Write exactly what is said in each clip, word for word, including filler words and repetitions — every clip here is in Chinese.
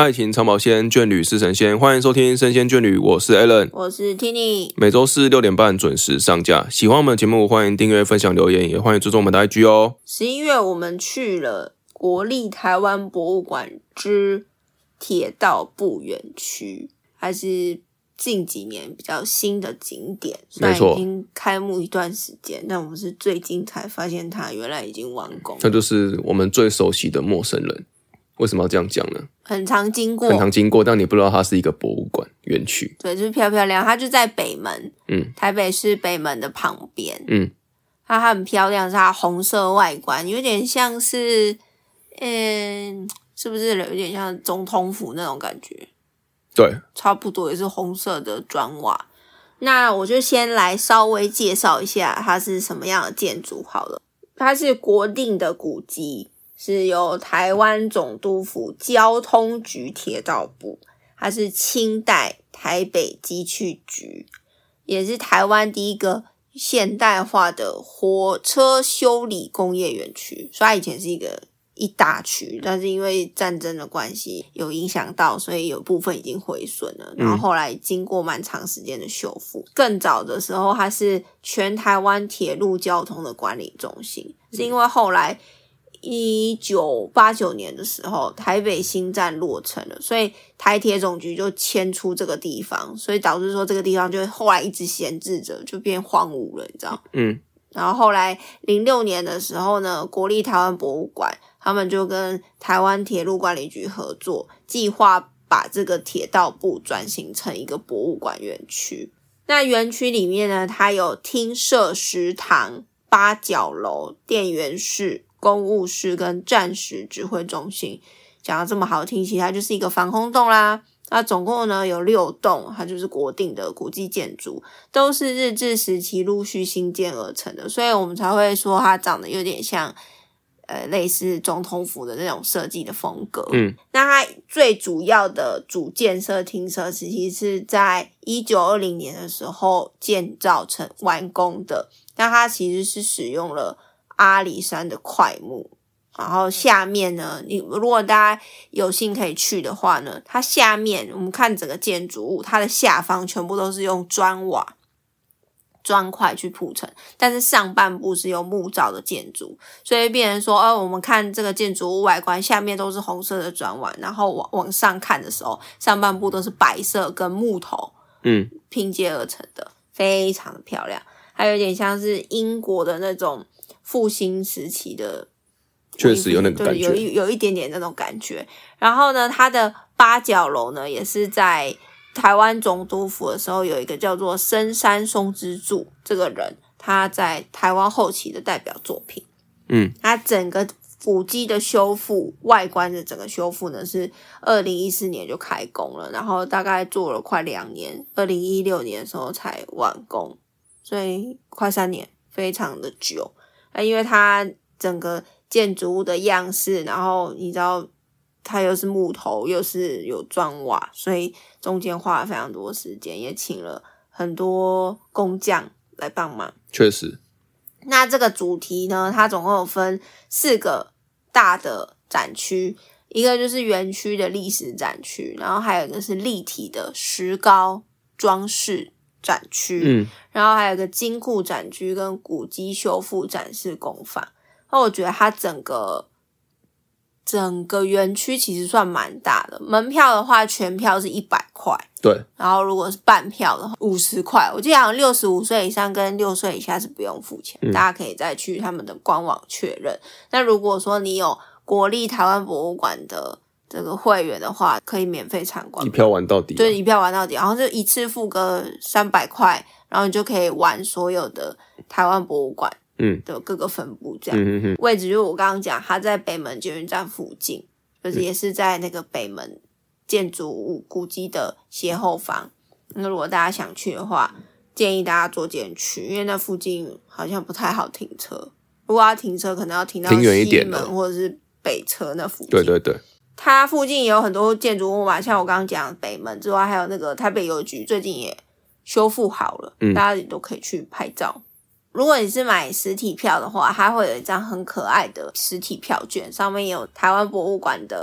爱情长保鲜，眷侣是神仙。欢迎收听生鲜眷侣，我是 Alan， 我是 Tini。 每周四六点半准时上架。喜欢我们的节目，欢迎订阅、分享、留言，也欢迎追踪我们的 I G 哦。 十一月我们去了国立台湾博物馆之铁道部园区，还是近几年比较新的景点，虽然已经开幕一段时间，但我们是最近才发现它原来已经完工。 这就是我们最熟悉的陌生人。为什么要这样讲呢？ 很常经过， 很常经过，但你不知道它是一个博物馆园区。 对，就是漂漂亮，它就在北门， 嗯， 台北市北门的旁边， 嗯， 它很漂亮，是它红色外观，有点像是，嗯，是不是有点像总统府那种感觉？ 对， 差不多也是红色的砖瓦。那我就先来稍微介绍一下它是什么样的建筑好了。它是国定的古迹，是由台湾总督府交通局铁道部，它是清代台北机器局，也是台湾第一个现代化的火车修理工业园区，所以它以前是一个一大区，但是因为战争的关系有影响到，所以有部分已经毁损了，然后后来经过蛮长时间的修复。更早的时候它是全台湾铁路交通的管理中心，是因为后来一九八九年的时候台北新站落成了，所以台铁总局就迁出这个地方，所以导致说这个地方就后来一直闲置着，就变荒芜了，你知道。 嗯， 然后后来零六年的时候呢，国立台湾博物馆他们就跟台湾铁路管理局合作，计划把这个铁道部转型成一个博物馆园区。那园区里面呢，它有厅舍、食堂、八角楼、电源室、公务室跟战时指挥中心。讲得这么好听，其实它就是一个防空洞啦。那总共呢有六栋，它就是国定的古迹建筑，都是日治时期陆续兴建而成的，所以我们才会说它长得有点像呃类似总统府的那种设计的风格。 嗯， 那它最主要的主建设厅舍其实是在一九二零年的时候建造成完工的，那它其实是使用了阿里山的块木。然后下面呢，你如果大家有幸可以去的话呢，它下面我们看整个建筑物，它的下方全部都是用砖瓦砖块去铺成，但是上半部是用木造的建筑，所以变成说哦，我们看这个建筑物外观下面都是红色的砖瓦，然后往往上看的时候，上半部都是白色跟木头嗯拼接而成的，非常的漂亮，还有点像是英国的那种复兴时期的， 确实有那个感觉， 有一有一点点那种感觉。然后呢，它的八角楼呢，也是在台湾总督府的时候，有一个叫做深山松之助这个人，他在台湾后期的代表作品。 嗯， 他整个古迹的修复，外观的整个修复呢，是二零一四年就开工了，然后大概做了快两年，二零一六年的时候才完工，所以快三年，非常的久。那因为它整个建筑物的样式，然后你知道它又是木头又是有砖瓦，所以中间花了非常多时间，也请了很多工匠来帮忙。 确实。 那这个主题呢，它总共有分四个大的展区，一个就是园区的历史展区，然后还有一个是立体的石膏装饰展区， 嗯， 然后还有一个金库展区跟古迹修复展示工坊。那我觉得它整个整个园区其实算蛮大的，门票的话全票是一百块， 对， 然后如果是半票的话五十块，我记得好像六十五岁以上跟六岁以下是不用付钱、嗯、大家可以再去他们的官网确认。那如果说你有国立台湾博物馆的这个会员的话，可以免费参观， 一票玩到底、啊、 对，一票玩到底，然后就一次付个三百块，然后你就可以玩所有的台湾博物馆嗯的各个分部这样、 嗯、哼哼位置就是我刚刚讲它在北门捷运站附近，就是也是在那个北门建筑物古迹的斜后方。那如果大家想去的话，建议大家坐捷运去，因为那附近好像不太好停车，如果要停车可能要停到西门或者是北车那附近。 对对对， 它附近也有很多建筑物嘛，像我刚刚讲北门之外，还有那个台北邮局最近也修复好了、嗯、大家也都可以去拍照。如果你是买实体票的话，它会有一张很可爱的实体票券，上面有台湾博物馆的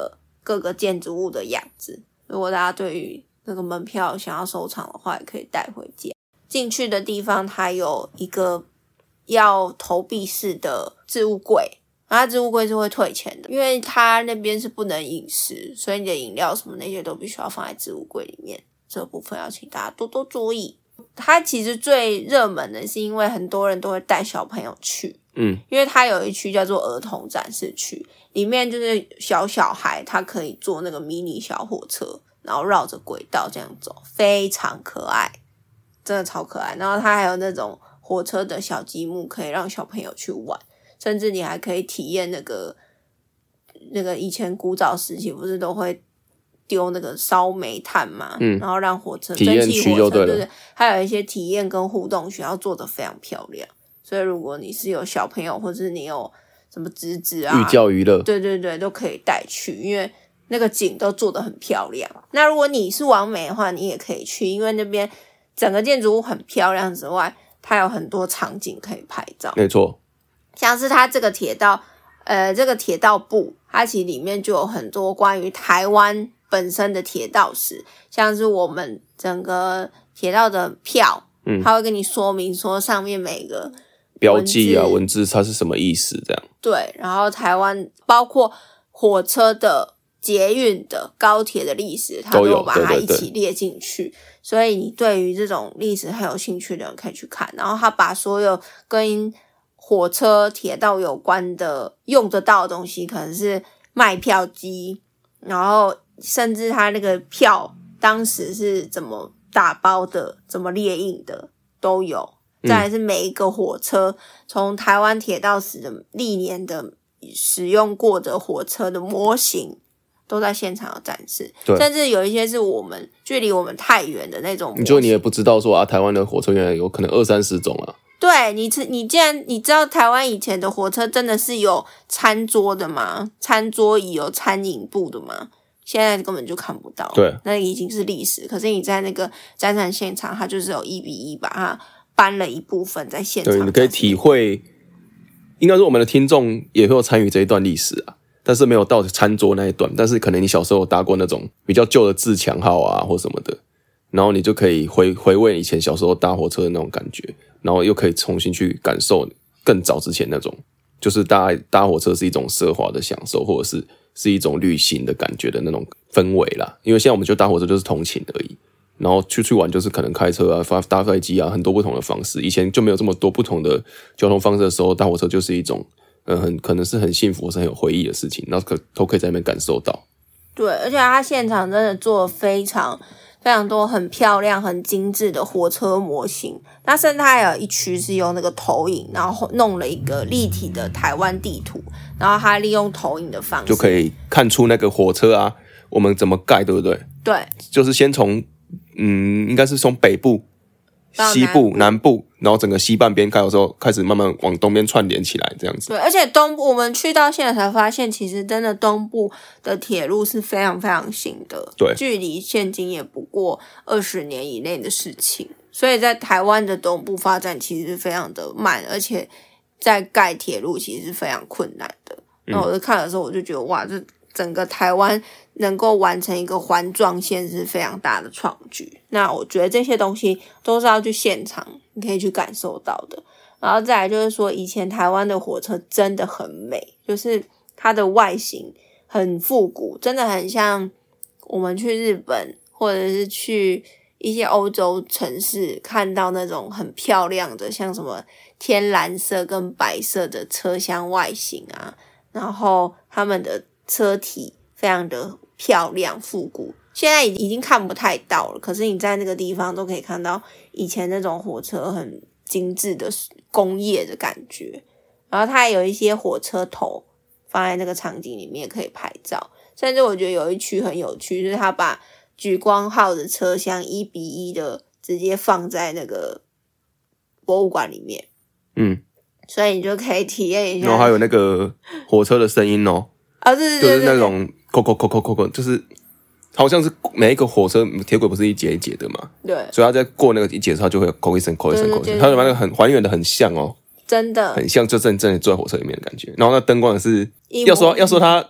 各个建筑物的样子。如果大家对于那个门票想要收藏的话，也可以带回家。进去的地方它有一个要投币式的置物柜，然后置物柜是会退钱的，因为它那边是不能饮食，所以你的饮料什么那些都必须要放在置物柜里面，这部分要请大家多多注意。它其实最热门的是因为很多人都会带小朋友去， 嗯， 因为它有一区叫做儿童展示区，里面就是小小孩他可以坐那个迷你小火车，然后绕着轨道这样走，非常可爱，真的超可爱。然后它还有那种火车的小积木可以让小朋友去玩，甚至你还可以体验那个那个以前古早时期不是都会丢那个烧煤炭嘛， 嗯， 然后让火车体验区就对了， 对对，还有一些体验跟互动学要做得非常漂亮。所以如果你是有小朋友，或者是你有什么侄子啊， 寓教于乐， 对对对，都可以带去，因为那个景都做得很漂亮。那如果你是网美的话，你也可以去，因为那边整个建筑物很漂亮之外，它有很多场景可以拍照。 没错， 像是它这个铁道，呃，这个铁道部，它其实里面就有很多关于台湾本身的铁道史，像是我们整个铁道的票， 嗯， 它会跟你说明说上面每个标记啊文字它是什么意思这样。 对，然后台湾包括火车的、捷运的、高铁的历史，它都有把它一起列进去。对对对，所以你对于这种历史很有兴趣的人可以去看。然后他把所有跟火车、铁道有关的用得到的东西，可能是卖票机，然后甚至他那个票当时是怎么打包的、怎么列印的都有。再来是每一个火车，从台湾铁道史的历年的使用过的火车的模型都在现场有展示，甚至有一些是我们距离我们太远的那种模型， 你就你也不知道说啊，台湾的火车原来有可能二三十种啊。 对，你你既然你知道台湾以前的火车真的是有餐桌的吗？餐桌椅有餐饮部的吗？现在根本就看不到。 对， 那已经是历史。可是你在那个展览现场，它就是有一比一把它搬了一部分在现场。 对，你可以体会，应该说我们的听众也会有参与这一段历史啊，但是没有到餐桌那一段，但是可能你小时候有搭过那种比较旧的自强号啊或什么的，然后你就可以回回味以前小时候搭火车的那种感觉，然后又可以重新去感受更早之前那种，就是搭搭火车是一种奢华的享受，或者是是一种旅行的感觉的那种氛围啦。因为现在我们就搭火车就是通勤而已，然后出去玩就是可能开车啊、搭飞机啊，很多不同的方式。以前就没有这么多不同的交通方式的时候，搭火车就是一种，呃，很可能是很幸福、是很有回忆的事情，然后可都可以在那边感受到。 对，而且他现场真的做了非常非常多很漂亮、很精致的火车模型。那甚至还有一区是用那个投影，然后弄了一个立体的台湾地图，然后他利用投影的方式就可以看出那个火车啊，我们怎么盖，对不对？ 对， 就是先从嗯，应该是从北部、西部、南部，然后整个西半边盖的时候，开始慢慢往东边串联起来，这样子。 对，而且东部我们去到现在才发现，其实真的东部的铁路是非常非常新的， 对， 距离现今也不过二十年以内的事情。所以在台湾的东部发展其实非常的慢，而且在盖铁路其实是非常困难的。那我在看的时候，我就觉得哇，这整个台湾能够完成一个环状线是非常大的创举。那我觉得这些东西都是要去现场你可以去感受到的。然后再来就是说，以前台湾的火车真的很美，就是它的外形很复古，真的很像我们去日本或者是去一些欧洲城市看到那种很漂亮的，像什么天蓝色跟白色的车厢外形啊，然后他们的车体非常的漂亮复古，现在已经看不太到了，可是你在那个地方都可以看到以前那种火车很精致的工业的感觉。然后它还有一些火车头放在那个场景里面可以拍照，甚至我觉得有一区很有趣，就是他把莒光号的车厢一比一的直接放在那个博物馆里面， 嗯， 所以你就可以体验一下。 然后还有那个火车的声音哦， 啊、哦，对对对， 就是那种扣扣扣扣扣扣，就是好像是每一个火车铁轨不是一节一节的嘛， 对， 所以它在过那个一节的时候就会扣一声扣一声扣一声，它就把那个很还原的很像哦， 真的很像就真正的坐在火车里面的感觉。然后那灯光也是要说要说它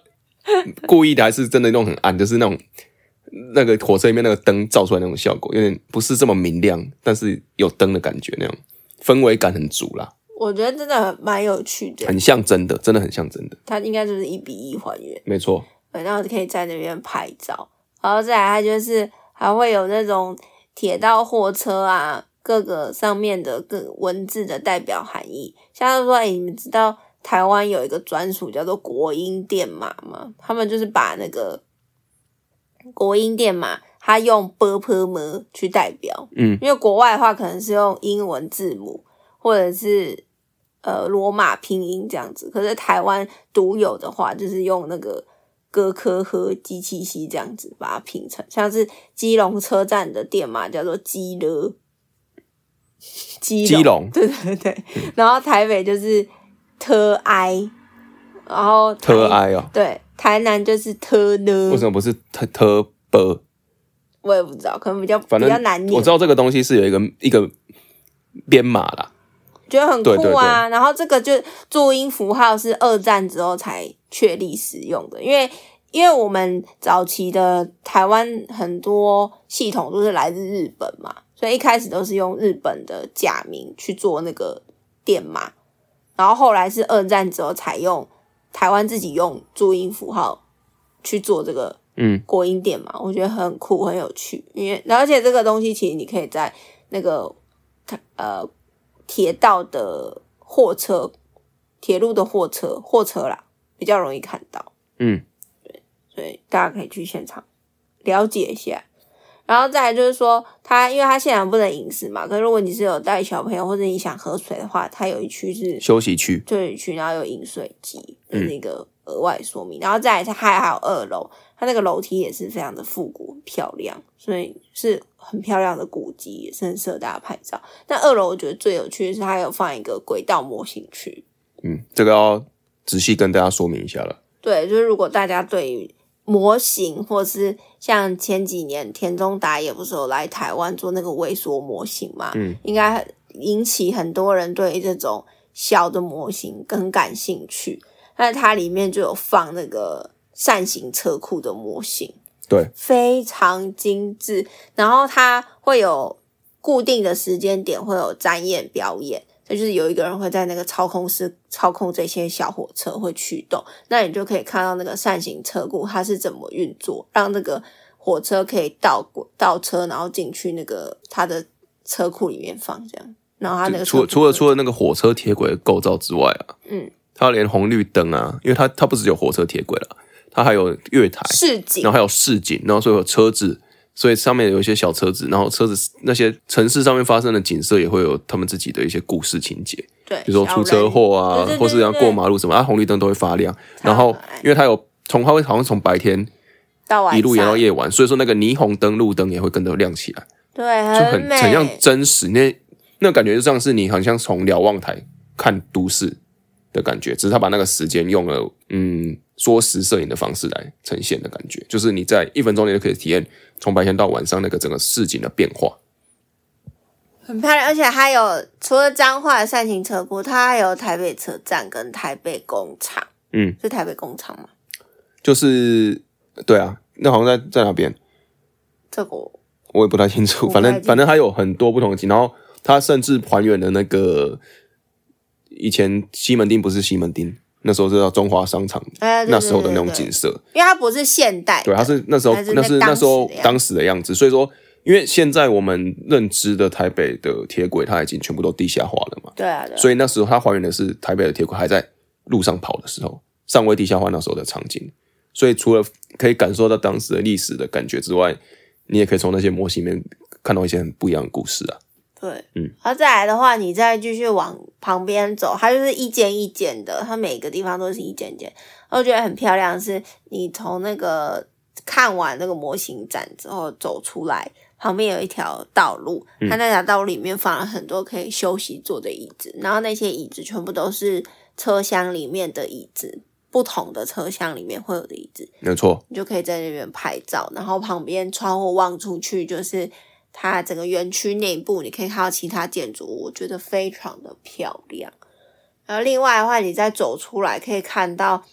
故意的还是真的弄很暗，就是那种那个火车里面那个灯照出来那种效果，有点不是这么明亮，但是有灯的感觉，那种氛围感很足啦。 我觉得真的蛮有趣的， 很像真的，真的很像真的。 它应该就是一比一还原， 没错。 对，然后可以在那边拍照，然后再来它就是还会有那种铁道货车啊，各个上面的各文字的代表含义，像是说，哎，你们知道台湾有一个专属叫做国音电码吗？他们就是把那个国音电码，它用 b p m 去代表， 嗯， 因为国外的话可能是用英文字母或者是呃罗马拼音这样子，可是台湾独有的话就是用那个哥科和机器西这样子把它拼成，像是基隆车站的电码叫做基勒，基基隆， 对对对，嗯、然后台北就是特埃，然后特埃哦， 对，台南就是特呢， 为什么不是特特波？ 我也不知道，可能比较反正比较难念。 我知道这个东西是有一个一个编码啦， 觉得很酷啊。 对对对， 然后这个就注音符号是二战之后才确立使用的，因为因为我们早期的台湾很多系统都是来自日本嘛，所以一开始都是用日本的假名去做那个电码，然后后来是二战之后才用台湾自己用注音符号去做这个嗯国音电码，我觉得很酷很有趣，因为而且这个东西其实你可以在那个呃铁道的货车、铁路的货车、货车啦，比较容易看到。嗯，对，所以大家可以去现场了解一下。然后再来就是说，它因为它现场不能饮食嘛，可是如果你是有带小朋友或者你想喝水的话，它有一区是休息区， 休息区，然后有饮水机的那个额外说明。嗯、然后再来它还有二楼，它那个楼梯也是非常的复古漂亮，所以是很漂亮的古迹，也是很适合大家拍照。但二楼我觉得最有趣的是它有放一个轨道模型区， 嗯，这个要仔细跟大家说明一下了。 对，就是如果大家对于模型，或是像前几年田中达也不是有来台湾做那个微缩模型嘛，嗯，应该引起很多人对这种小的模型更感兴趣。那它里面就有放那个扇形车库的模型， 对， 非常精致。然后它会有固定的时间点会有展演表演，就是有一个人会在那个操控室操控这些小火车会驱动，那你就可以看到那个扇形车库它是怎么运作，让那个火车可以倒倒车，然后进去那个它的车库里面放这样。然后它那个除除了除了那个火车铁轨的构造之外啊，嗯，它连红绿灯啊，因为它它不只有火车铁轨了，它还有月台、 市井， 然后还有市井，然后所以有车子。所以上面有一些小车子，然后车子那些城市上面发生的景色也会有他们自己的一些故事情节， 对， 比如说出车祸啊， 对对对对， 或是要过马路什么，啊，红绿灯都会发亮。然后因为它有从它会好像从白天到晚上一路延到夜晚，所以说那个霓虹灯、路灯也会跟着亮起来， 对， 就很美很像真实。那那感觉就像是你好像从瞭望台看都市的感觉，只是他把那个时间用了嗯缩时摄影的方式来呈现的感觉，就是你在一分钟内就可以体验从白天到晚上那个整个市景的变化， 很漂亮。而且还有除了彰化的扇形车库，它还有台北车站跟台北工厂。嗯，是台北工厂吗？ 就是对啊，那好像在在哪边？ 这个我我也不太清楚，反正反正它有很多不同的景，然后它甚至还原了那个以前西门町不是西门町。那时候是叫中华商场， 哎、 那时候的那种景色， 因为它不是现代的， 对，它是那时候那是那时候当时的样子，所以说，因为现在我们认知的台北的铁轨，它已经全部都地下化了嘛， 对啊，对啊， 所以那时候它还原的是台北的铁轨还在路上跑的时候，尚未地下化那时候的场景，所以除了可以感受到当时的历史的感觉之外，你也可以从那些模型里面看到一些很不一样的故事啊。 对，嗯，然后再来的话，你再继续往旁边走，它就是一间一间的，它每个地方都是一间间。我觉得很漂亮，是你从那个看完那个模型展之后走出来，旁边有一条道路，它那条道路里面放了很多可以休息坐的椅子，然后那些椅子全部都是车厢里面的椅子，不同的车厢里面会有的椅子， 没错， 你就可以在那边拍照，然后旁边窗户望出去就是它整个园区内部，你可以看到其他建筑物，我觉得非常的漂亮。然后另外的话，你再走出来可以看到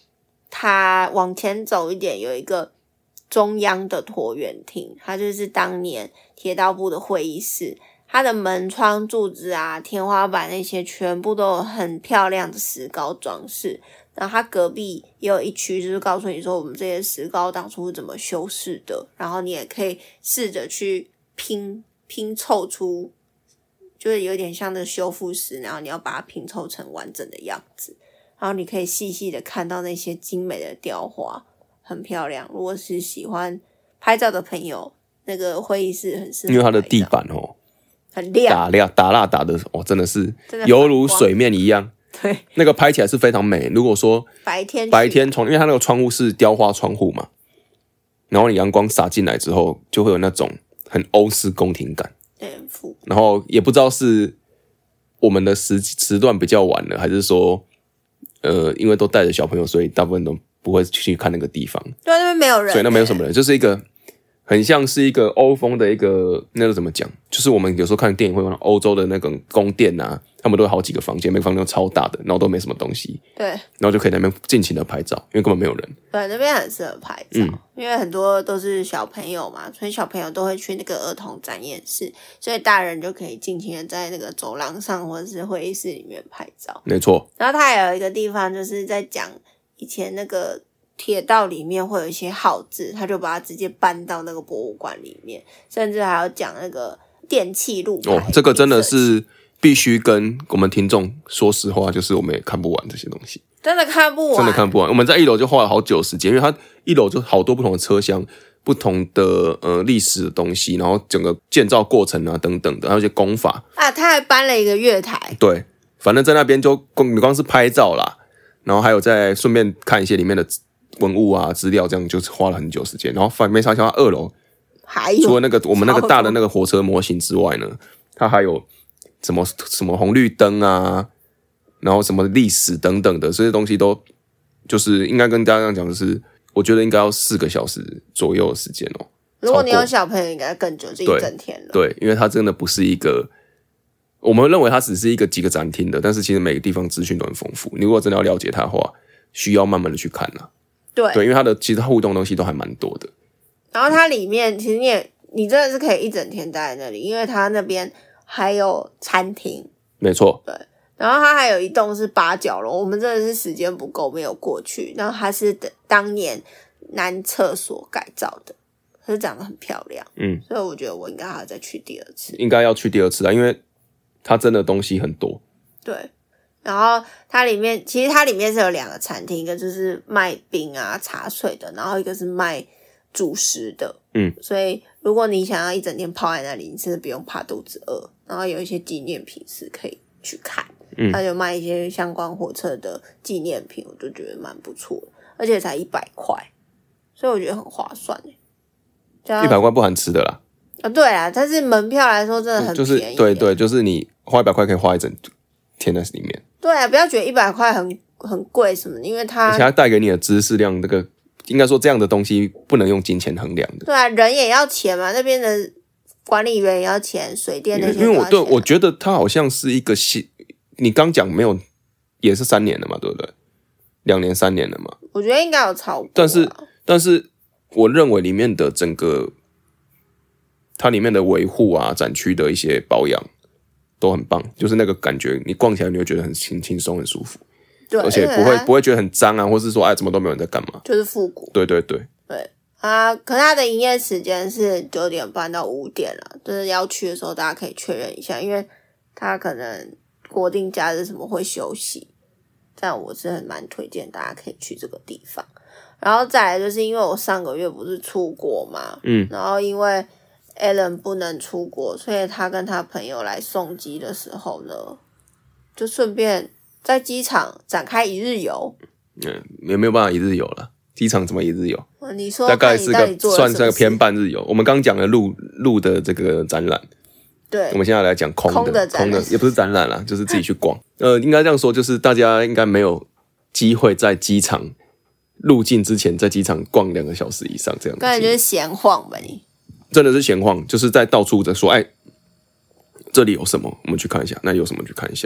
它往前走一点有一个中央的椭圆厅，它就是当年铁道部的会议室，它的门窗柱子啊天花板那些全部都有很漂亮的石膏装饰，然后它隔壁也有一区就是告诉你说我们这些石膏当初是怎么修饰的，然后你也可以试着去拼拼凑出就是有点像那个修复师，然后你要把它拼凑成完整的样子，然后你可以细细的看到那些精美的雕花，很漂亮。如果是喜欢拍照的朋友，那个会议室很适合， 因为它的地板哦很亮， 打亮打蜡打的哦，真的是犹如水面一样。 对， 那个拍起来是非常美。如果说白天白天窗，因为它那个窗户是雕花窗户嘛，然后你阳光洒进来之后，就会有那种很欧式宫廷感。 对，很富。 然后也不知道是我们的时时段比较晚了，还是说，呃，因为都带着小朋友，所以大部分都不会去看那个地方。 对，那边没有人， 所以那没有什么人，就是一个很像是一个欧风的一个那个怎么讲？就是我们有时候看电影会看到欧洲的那种宫殿啊，他们都有好几个房间，每个房间都超大的，然后都没什么东西。 对， 然后就可以在那边尽情的拍照，因为根本没有人。 对，那边很适合拍照，嗯、因为很多都是小朋友嘛，所以小朋友都会去那个儿童展演室，所以大人就可以尽情的在那个走廊上或者是会议室里面拍照。 没错。 然后它还有一个地方就是在讲以前那个铁道里面会有一些号志，他就把它直接搬到那个博物馆里面，甚至还要讲那个电气路牌。 哦，这个真的是必须跟我们听众说实话，就是我们也看不完这些东西， 真的看不完， 真的看不完。我们在一楼就花了好久时间，因为它一楼就好多不同的车厢，不同的呃历史的东西，然后整个建造过程啊等等的，还有一些工法啊，他还搬了一个月台。 对，反正在那边就光你光是拍照啦，然后还有再顺便看一些里面的文物啊资料，这样就花了很久时间。然后反没想到二楼还有除了那个我们那个大的那个火车模型之外呢，它还有什么什么红绿灯啊，然后什么历史等等的这些东西都就是应该跟大家讲的是，我觉得应该要四个小时左右的时间哦。 如果你有小朋友，应该更久，这一整天了。 对，因为它真的不是一个。我们认为它只是一个几个展厅的，但是其实每个地方资讯都很丰富。你如果真的要了解它的话，需要慢慢的去看啦。 对， 对，因为它的其实互动的东西都还蛮多的。 然后它里面其实你也你真的是可以一整天待在那里，因为它那边还有餐厅。 没错。 对，然后它还有一栋是八角楼，我们真的是时间不够没有过去。然后它是当年男厕所改造的，可是长得很漂亮。嗯，所以我觉得我应该还要再去第二次。 应该要去第二次啊，因为它真的东西很多。 对，然后它里面其实它里面是有两个餐厅，一个就是卖冰啊茶水的，然后一个是卖主食的。嗯，所以如果你想要一整天泡在那里，你真的不用怕肚子饿。然后有一些纪念品是可以去看，嗯，他就卖一些相关火车的纪念品，我就觉得蛮不错的，而且才一百块，所以我觉得很划算诶。 一百块不含吃的啦。 啊，对啦，但是门票来说真的很便宜， 就是对对，就是你花一百块可以花一整天在里面。 对啊，不要觉得一百块很很贵什么的，因为它而且它带给你的知识量，那个应该说这样的东西不能用金钱衡量的。 对啊，人也要钱嘛，那边的管理员也要钱，水电那些都要钱啊。 因为我对我觉得它好像是一个新，你刚讲没有，也是三年了嘛，对不对？两年三年了嘛。 我觉得应该有超过啊， 但是但是我认为里面的整个它里面的维护啊、展区的一些保养都很棒，就是那个感觉，你逛起来你会觉得很轻轻松、很舒服， 对， 而且不会不会觉得很脏啊，或是说哎怎么都没有人在干嘛， 就是复古。 对对对对啊，可是它的营业时间是九点半到五点啦，就是要去的时候大家可以确认一下，因为它可能国定假日什么会休息，但我是很蛮推荐大家可以去这个地方。然后再来就是因为我上个月不是出国嘛，嗯，然后因为 Alan 不能出国，所以他跟他朋友来送机的时候呢，就顺便在机场展开一日游。 嗯，也没有办法一日游了，机场怎么一日游？ 你说大概是个算是个偏半半日游。我们刚讲了路路的这个展览， 对， 我们现在来讲空的， 空的展览， 空的也不是展览啦，就是自己去逛。呃，应该这样说，就是大家应该没有机会在机场入境之前，在机场逛两个小时以上这样子。 刚才就是闲晃吧你。 真的是闲晃，就是在到处的说，哎，这里有什么，我们去看一下；那里有什么去看一下。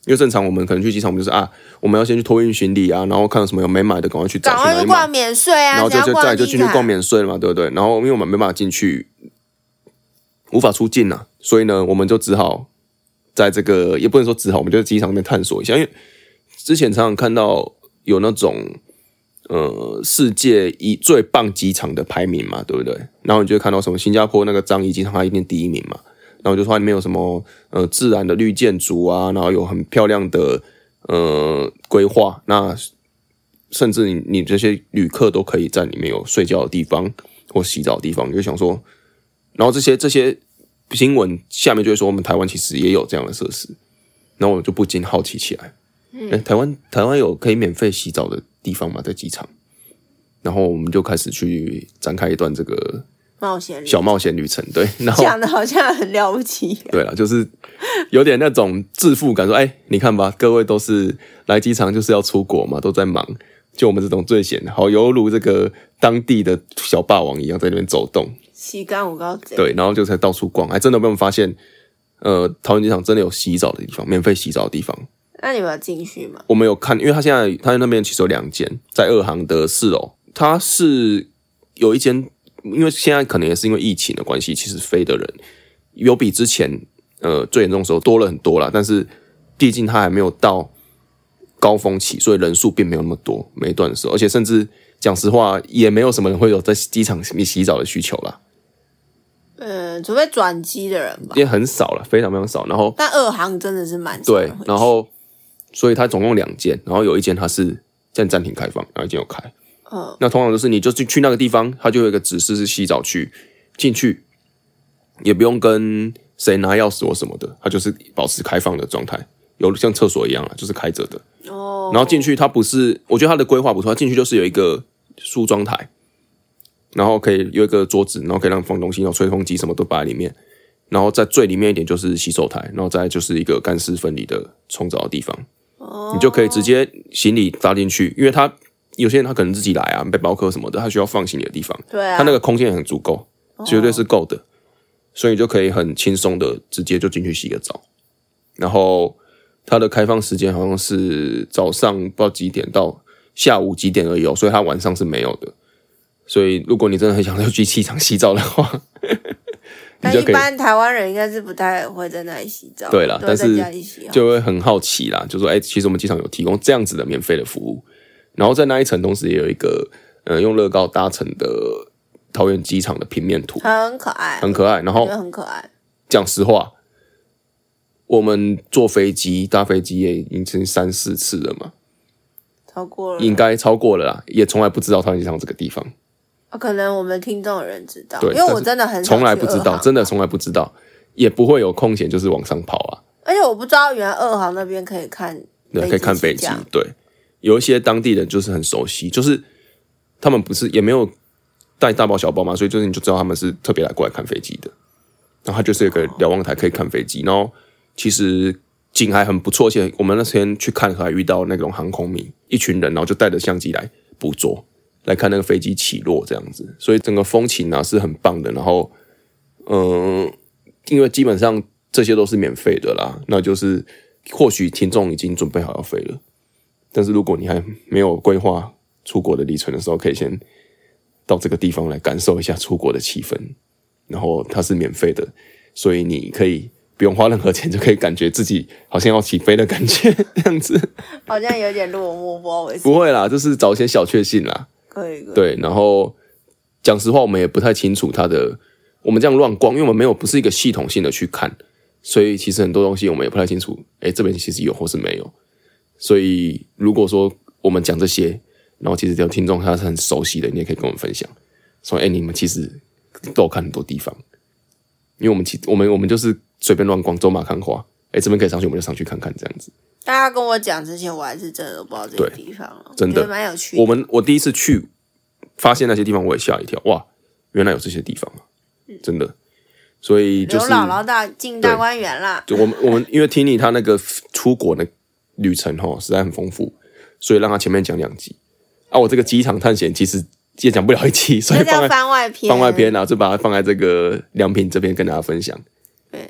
因为正常我们可能去机场，我们就是啊，我们要先去托运行李啊，然后看有什么有没买的，赶快去找赶快去逛免税啊， 然后就就再就进去逛免免税了嘛，对不对？然后因为我们没办法进去，无法出境啊，所以呢，我们就只好在这个也不能说只好，我们就在机场那边探索一下，因为之前常常看到有那种呃世界一最棒机场的排名嘛，对不对？然后你就会看到什么新加坡那个樟宜机场，它一定第一名嘛。然后就说它里面有什么呃自然的绿建筑啊，然后有很漂亮的呃规划，那甚至你你这些旅客都可以在里面有睡觉的地方或洗澡的地方，你就想说，然后这些这些新闻下面就会说我们台湾其实也有这样的设施，然后我就不禁好奇起来，嗯，台湾台湾有可以免费洗澡的地方吗？在机场？然后我们就开始去展开一段这个。 冒险小冒险旅程，对，然后讲的好像很了不起， 对了，就是有点那种自负感，说，哎，你看吧，各位都是来机场就是要出国嘛，都在忙，就我们这种最闲，好犹如这个当地的小霸王一样，在那边走动， 洗干五高贼， 对，然后就才到处逛，还真的被我们发现，呃，桃园机场真的有洗澡的地方，免费洗澡的地方。 那你们有进去吗？ 我们有看，因为他现在他那边其实有两间，在二航的四楼，它是有一间。因为现在可能也是因为疫情的关系，其实飞的人有比之前呃最严重的时候多了很多啦，但是毕竟它还没有到高峰期，所以人数并没有那么多，每一段的时候，而且甚至讲实话，也没有什么人会有在机场洗澡的需求啦。 嗯，除非转机的人吧， 也很少了，非常非常少。然后， 但二航真的是蛮少对，然后所以它总共两间，然后有一间它是现在暂停开放，然后一间有开。 嗯， 那通常就是你就去那个地方，它就有一个指示是洗澡区，进去也不用跟谁拿钥匙或什么的，它就是保持开放的状态，有像厕所一样啦，就是开着的。 哦， 然后进去它不是，我觉得它的规划不错，它进去就是有一个梳妆台，然后可以有一个桌子，然后可以让放东西，然后吹风机什么都摆在里面，然后在最里面一点就是洗手台，然后再就是一个干湿分离的冲澡的地方，哦，你就可以直接行李搭进去，因为它。有些人他可能自己来啊，背包客什么的，他需要放行李的地方， 对啊， 他那个空间也很足够，绝对是够的，哦，所以你就可以很轻松的直接就进去洗个澡。然后它的开放时间好像是早上不知道几点到下午几点而已，所以它晚上是没有的。所以如果你真的很想要去机场洗澡的话， 但一般台湾人应该是不太会在那里洗澡， 对啦，但是就会很好奇啦，就说哎，其实我们机场有提供这样子的免费的服务。然后在那一层，同时也有一个呃用乐高搭成的桃园机场的平面图， 很可爱， 很可爱。然后很可爱。 讲实话，我们坐飞机搭飞机也已经三四次了嘛， 超过了， 应该超过了啦。也从来不知道桃园机场这个地方， 啊，可能我们听众的人知道， 对， 因为我真的很从来不知道，真的从来不知道，也不会有空闲就是往上跑啊。 而且我不知道原来二航那边可以看， 对，可以看飞机，对。有一些当地人就是很熟悉，就是他们不是也没有带大包小包嘛，所以就是你就知道他们是特别来过来看飞机的。然后他就是有个瞭望台可以看飞机，然后其实景还很不错，而且我们那天去看还遇到那种航空迷，一群人，然后就带着相机来捕捉，来看那个飞机起落这样子，所以整个风情啊是很棒的。然后，嗯，因为基本上这些都是免费的啦，那就是或许听众已经准备好要飞了。但是如果你还没有规划出国的旅程的时候，可以先到这个地方来感受一下出国的气氛，然后它是免费的，所以你可以不用花任何钱就可以感觉自己好像要起飞的感觉，这样子好像有点落寞，不知道为什么。 不会啦，就是找一些小确幸啦， 可以，可以对。然后讲实话，我们也不太清楚它的，我们这样乱逛，因为我们没有不是一个系统性的去看，所以其实很多东西我们也不太清楚，诶，这边其实有或是没有。所以如果说我们讲这些，然后其实有听众他是很熟悉的，你也可以跟我们分享，说哎，你们其实都有看很多地方，因为我们其我们我们就是随便乱逛，走马看花，哎，这边可以上去，我们就上去看看这样子。 大家跟我讲之前，我还是真的都不知道这些地方了， 真的蛮有趣的。 我们我第一次去发现那些地方，我也吓一跳，哇，原来有这些地方啊，真的。所以就是刘姥姥大进大观园啦。 就我们我们因为 Tini 他那个出国的旅程齁实在很丰富，所以让他前面讲两集啊。我这个机场探险其实也讲不了一集，所以放在番外篇， 番外篇啊，就把它放在这个良品这边跟大家分享。 对，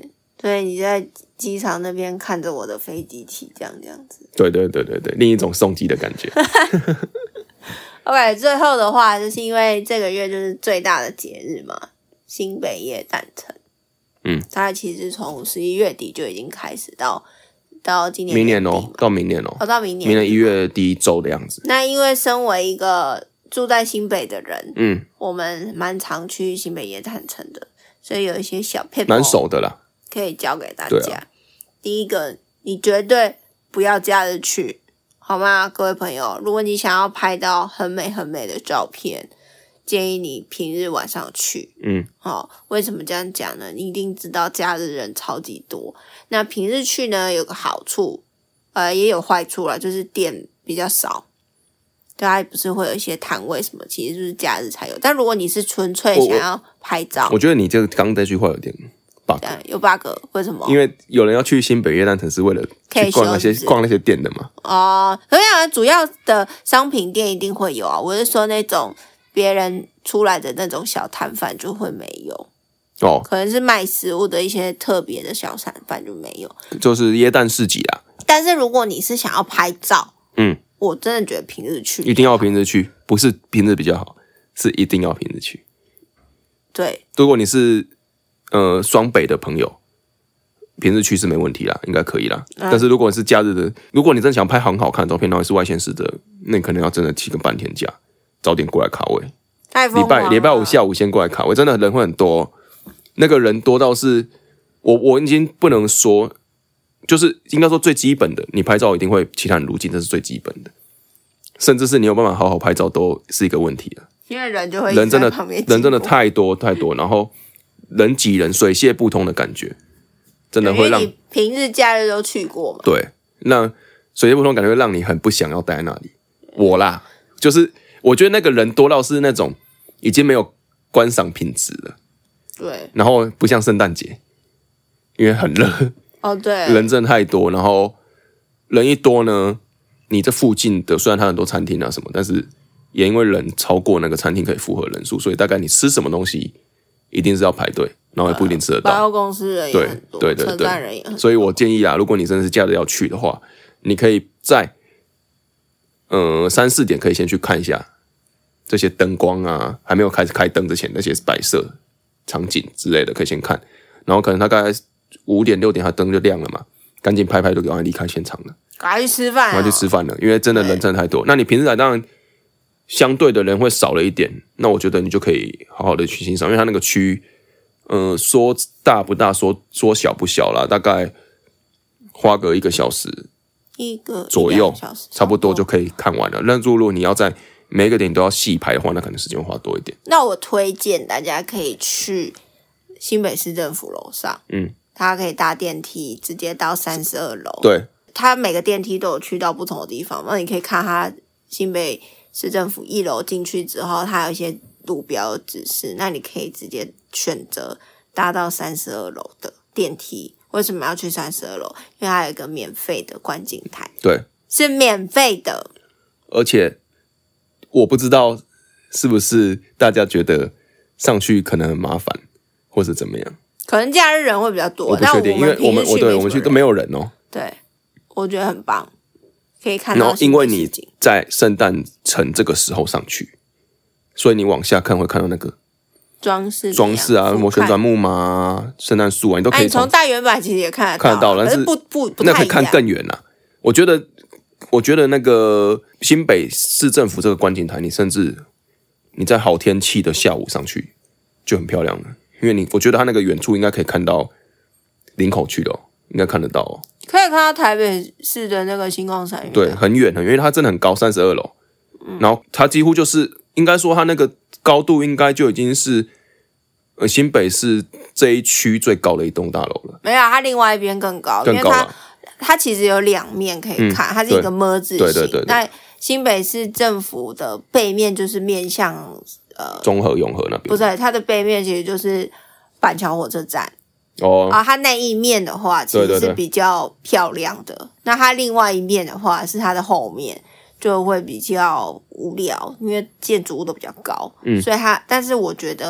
所以你在机场那边看着我的飞机起降这样子。 对对对对对，另一种送机的感觉。 OK， 最后的话就是因为这个月就是最大的节日嘛，新北耶诞城。 嗯， 它其实从十一月底就已经开始到到今年明年哦， 到明年哦， 哦到明年， 明年一月第一周的样子。 那因为身为一个住在新北的人， 嗯， 我们蛮常去新北耶诞城的，所以有一些小撇步蛮熟的啦， 可以教给大家。 啊、 第一个，你绝对不要假日去，好吗？各位朋友，如果你想要拍到很美很美的照片，建议你平日晚上去。 嗯， 好、哦，为什么这样讲呢？你一定知道假日人超级多。那平日去呢，有个好处，呃，也有坏处啦，就是店比较少。对，它不是会有一些摊位什么，其实就是假日才有。但如果你是纯粹想要拍照， 我, 我觉得你这个刚这句话有点 bug， 有 bug， 为什么？ 因为有人要去新北耶诞城是为了去逛那些逛那些店的嘛。 哦，所以啊，主要的商品店一定会有啊。我是说那种别人出来的那种小摊贩就会没有。 哦， 可能是卖食物的一些特别的小摊贩就没有， 就是耶诞市集啦。 但是如果你是想要拍照， 嗯， 我真的觉得平日去一定要平日去，不是平日比较好，是一定要平日去。 对， 如果你是呃双北的朋友，平日去是没问题啦，应该可以啦。嗯、但是如果你是假日的，如果你真的想拍很好看的照片，然后是外县市的，那你可能要真的提个半天假，早点过来卡位。 太疯狂了！礼拜礼拜五下午先过来卡位，真的人会很多、哦。那个人多到是，我我已经不能说，就是应该说最基本的，你拍照一定会其他人入镜，这是最基本的，甚至是你有办法好好拍照都是一个问题了。 因为人就会人真的人真的太多太多，然后人挤人水泄不通的感觉，真的会让你平日假日都去过嘛？ 对，那水泄不通感觉会让你很不想要待在那里。我啦，就是我觉得那个人多到是那种已经没有观赏品质了。 对， 然后不像圣诞节，因为很热哦，对， 人真的太多，然后人一多呢，你这附近的虽然它很多餐厅啊什么，但是也因为人超过那个餐厅可以符合人数，所以大概你吃什么东西一定是要排队，然后也不一定吃得到。 百货公司人也很多， 对对对对， 人也很多。 所以我建议啊，如果你真的是假日要去的话，你可以在呃三四点可以先去看一下这些灯光啊，还没有开始开灯之前那些摆设场景之类的可以先看，然后可能大概五点六点它灯就亮了嘛，赶紧拍拍就赶快离开现场了， 赶快去吃饭、啊， 赶快去吃饭了，因为真的人真的太多。那你平时来当然相对的人会少了一点，那我觉得你就可以好好的去欣赏，因为它那个区，呃，说大不大，说说小不小啦，大概花个一个小时一个左右， 小时差不多就可以看完了。那如果你要在每一个点都要细排的话，那可能时间会花多一点。 那我推荐大家可以去新北市政府楼上， 嗯， 它可以搭电梯直接到三十二楼。 对， 它每个电梯都有去到不同的地方，那你可以看它新北市政府一楼进去之后，它有一些路标指示，那你可以直接选择搭到三十二楼的电梯。为什么要去三十二楼？因为它有一个免费的观景台， 对， 是免费的， 而且我不知道是不是大家觉得上去可能很麻烦，或是怎么样？ 可能假日人会比较多， 我不确定，因为我们我对我们去都没有人哦。 对，我觉得很棒，可以看到。 然后因为你在圣诞城这个时候上去，所以你往下看会看到那个装饰装饰啊，什么旋转木马啊、圣诞树啊，你都可以从大圆柏其实也看得到， 看得到，但是不不不那可以看更远啊。我觉得，我觉得那个新北市政府这个观景台，你甚至你在好天气的下午上去就很漂亮了，因为你我觉得它那个远处应该可以看到林口去的哦，应该看得到哦。 可以看到台北市的那个星光三月， 对，很远很远，因为它真的很高，三十二楼，嗯，然后它几乎就是应该说它那个高度应该就已经是呃新北市这一区最高的一栋大楼了。 没有，它另外一边更高， 更高了。 因为它它其实有两面可以看，嗯，它是一个么字形。 对对对对。 那新北市政府的背面就是面向呃中和永和那边， 不是，它的背面其实就是板桥火车站。 哦， 啊，它那一面的话其实是比较漂亮的，对对对，那它另外一面的话是它的后面就会比较无聊，因为建筑物都比较高，嗯，所以它，但是我觉得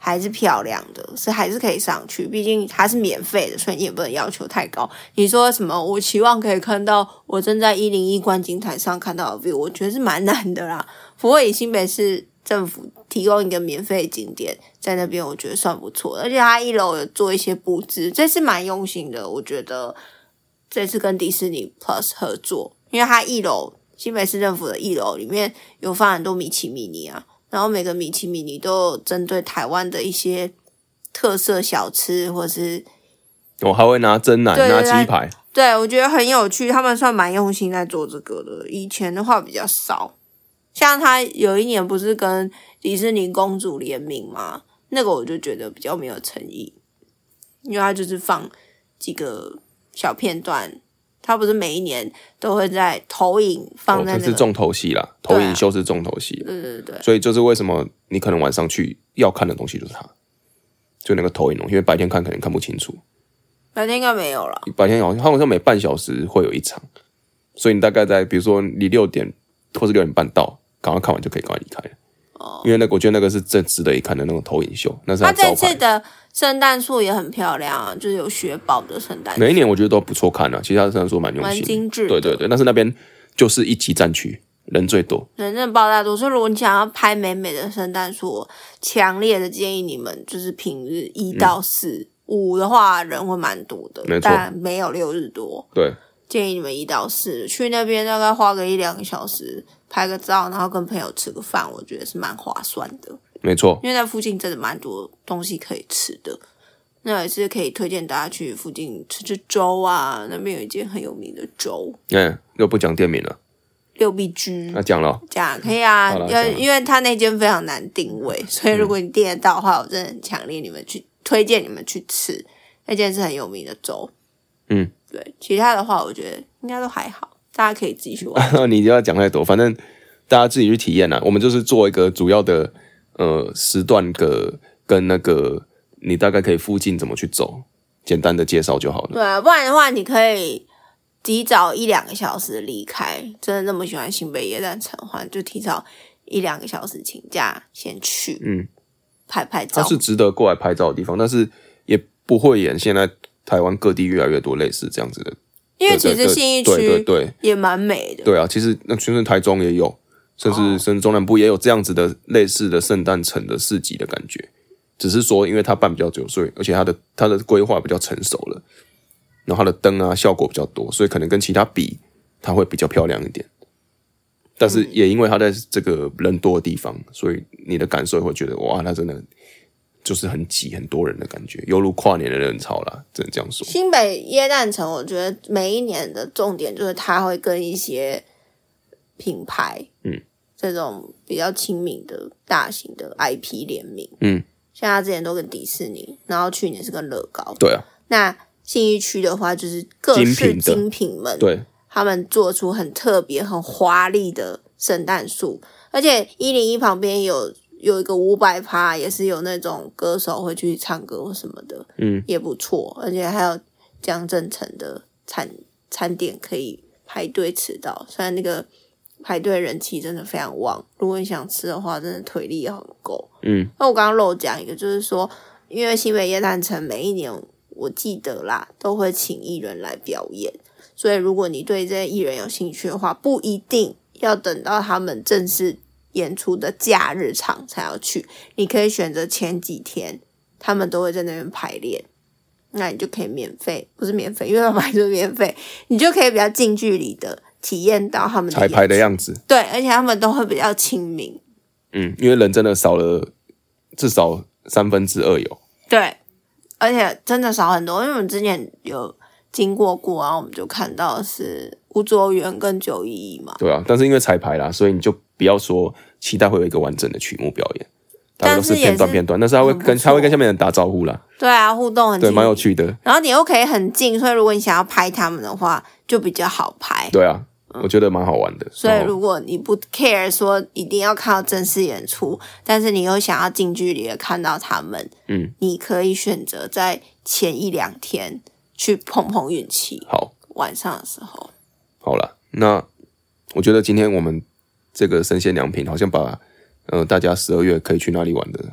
还是漂亮的，是还是可以上去，毕竟它是免费的，所以你也不能要求太高。你说什么我期望可以看到我正在一零一观景台上看到的 view， 我觉得是蛮难的啦。不过以新北市政府提供一个免费景点在那边，我觉得算不错，而且它一楼有做一些布置，这是蛮用心的。我觉得这次跟迪士尼 Plus 合作，因为它一楼新北市政府的一楼里面有放很多米奇米妮啊，然后每个米奇米妮都有针对台湾的一些特色小吃，或是我、哦、还会拿蒸奶拿鸡排， 对，我觉得很有趣，他们算蛮用心在做这个的。以前的话比较少，像他有一年不是跟迪士尼公主联名吗？那个我就觉得比较没有诚意，因为他就是放几个小片段，他不是每一年都会在投影放在那个， 哦、这是重头戏啦，投影秀是重头戏， 对对对， 所以就是为什么你可能晚上去要看的东西就是它，就那个投影龙，因为白天看可能看不清楚。 白天应该没有了， 白天好像好像每半小时会有一场，所以你大概在比如说你六点或是六点半到，赶快看完就可以赶快离开了。哦，因为那个我觉得那个是最值得一看的那种投影秀，那是它招牌。 它这次的圣诞树也很漂亮啊，就是有雪宝的圣诞树， 每一年我觉得都不错看啊，其他的圣诞树蛮用心，蛮精致的。 对对对，但是那边就是一级战区，人最多， 人真的爆炸多。所以如果你想要拍美美的圣诞树，我强烈的建议你们就是平日一到四。嗯五的话人会蛮多的， 没错， 但没有六日多。 对， 建议你们一到四去那边，大概花个一两个小时拍个照，然后跟朋友吃个饭，我觉得是蛮划算的。 没错， 因为在附近真的蛮多东西可以吃的。那也是可以推荐大家去附近吃吃粥啊，那边有一间很有名的粥。 嗯，又不讲店名了。 六必居， 那讲了， 讲可以啊，因为因为它那间非常难定位，所以如果你订得到的话，我真的很强烈你们去。推荐你们去吃，那间是很有名的粥。 嗯， 对，其他的话我觉得应该都还好，大家可以自己去玩。 你就要讲太多，反正大家自己去体验啦。我们就是做一个主要的呃时段个跟那个你大概可以附近怎么去走，简单的介绍就好了。 对啊，不然的话你可以提早一两个小时离开。真的那么喜欢新北耶诞城的话，就提早一两个小时请假先去。 嗯。 拍拍照， 它是值得过来拍照的地方，但是也不会演现在台湾各地越来越多类似这样子的， 因为其实信义区对也蛮美的。 对啊，其实那甚至台中也有，甚至、哦、甚至中南部也有这样子的类似的圣诞城的市集的感觉，只是说因为它办比较久，所以而且它的它的规划比较成熟了，然后它的灯啊效果比较多，所以可能跟其他比它会比较漂亮一点。但是也因为它在这个人多的地方，所以你的感受会觉得哇，它真的就是很挤很多人的感觉，犹如跨年的人潮啦，只能这样说。 新北耶诞城，我觉得每一年的重点就是它会跟一些品牌， 嗯， 这种比较亲民的大型的 I P 联名， 嗯， 像他之前都跟迪士尼，然后去年是跟乐高， 对啊。 那信义区的话，就是各式精品们， 对。 他们做出很特别、很华丽的圣诞树，而且一零一旁边有有一个五百趴，也是有那种歌手会去唱歌或什么的， 嗯， 也不错。而且还有江正成的餐餐点可以排队吃到，虽然那个排队人气真的非常旺，如果你想吃的话，真的腿力也很够。 嗯， 那我刚刚漏讲一个，就是说，因为新北耶诞城每一年我记得啦，都会请艺人来表演。所以如果你对这些艺人有兴趣的话，不一定要等到他们正式演出的假日场才要去，你可以选择前几天他们都会在那边排练，那你就可以免费，不是免费，因为本来就是免费，你就可以比较近距离的体验到他们的彩排的样子。 对，而且他们都会比较亲民。 嗯，因为人真的少了至少三分之二有。 对，而且真的少很多，因为我们之前有经过过，然后我们就看到是吴卓源跟九一一嘛。对啊，但是因为彩排啦，所以你就不要说期待会有一个完整的曲目表演，大概都是片段片段，但是他会跟他会跟下面人打招呼啦。 对啊，互动很对， 蛮有趣的。 然后你又可以很近，所以如果你想要拍他们的话，就比较好拍。 对啊，嗯、我觉得蛮好玩的。 所以如果你不 care 说一定要看到正式演出，但是你又想要近距离的看到他们， 嗯， 你可以选择在前一两天去碰碰运气。 好， 晚上的时候。 好了，那我觉得今天我们这个生鲜良品好像把呃大家十二月可以去哪里玩的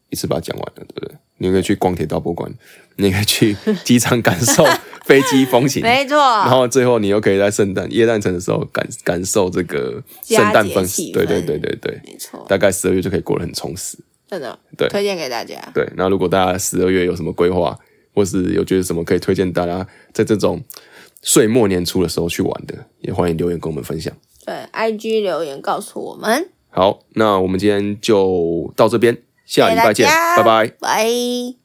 一次把它讲完了，对不对？你可以去光铁道博物馆，你可以去机场感受飞机风情， 没错。 然后最后你又可以在圣诞耶诞城的时候感感受这个圣诞氛围，对对对对对， 没错。 大概十二月就可以过得很充实， 真的， 对， 推荐给大家。 对，那如果大家十二月有什么规划，或是有觉得什么可以推荐大家在这种岁末年初的时候去玩的，也欢迎留言跟我们分享。 对 ，I G 留言告诉我们。 好，那我们今天就到这边，下礼拜见，拜拜， 拜。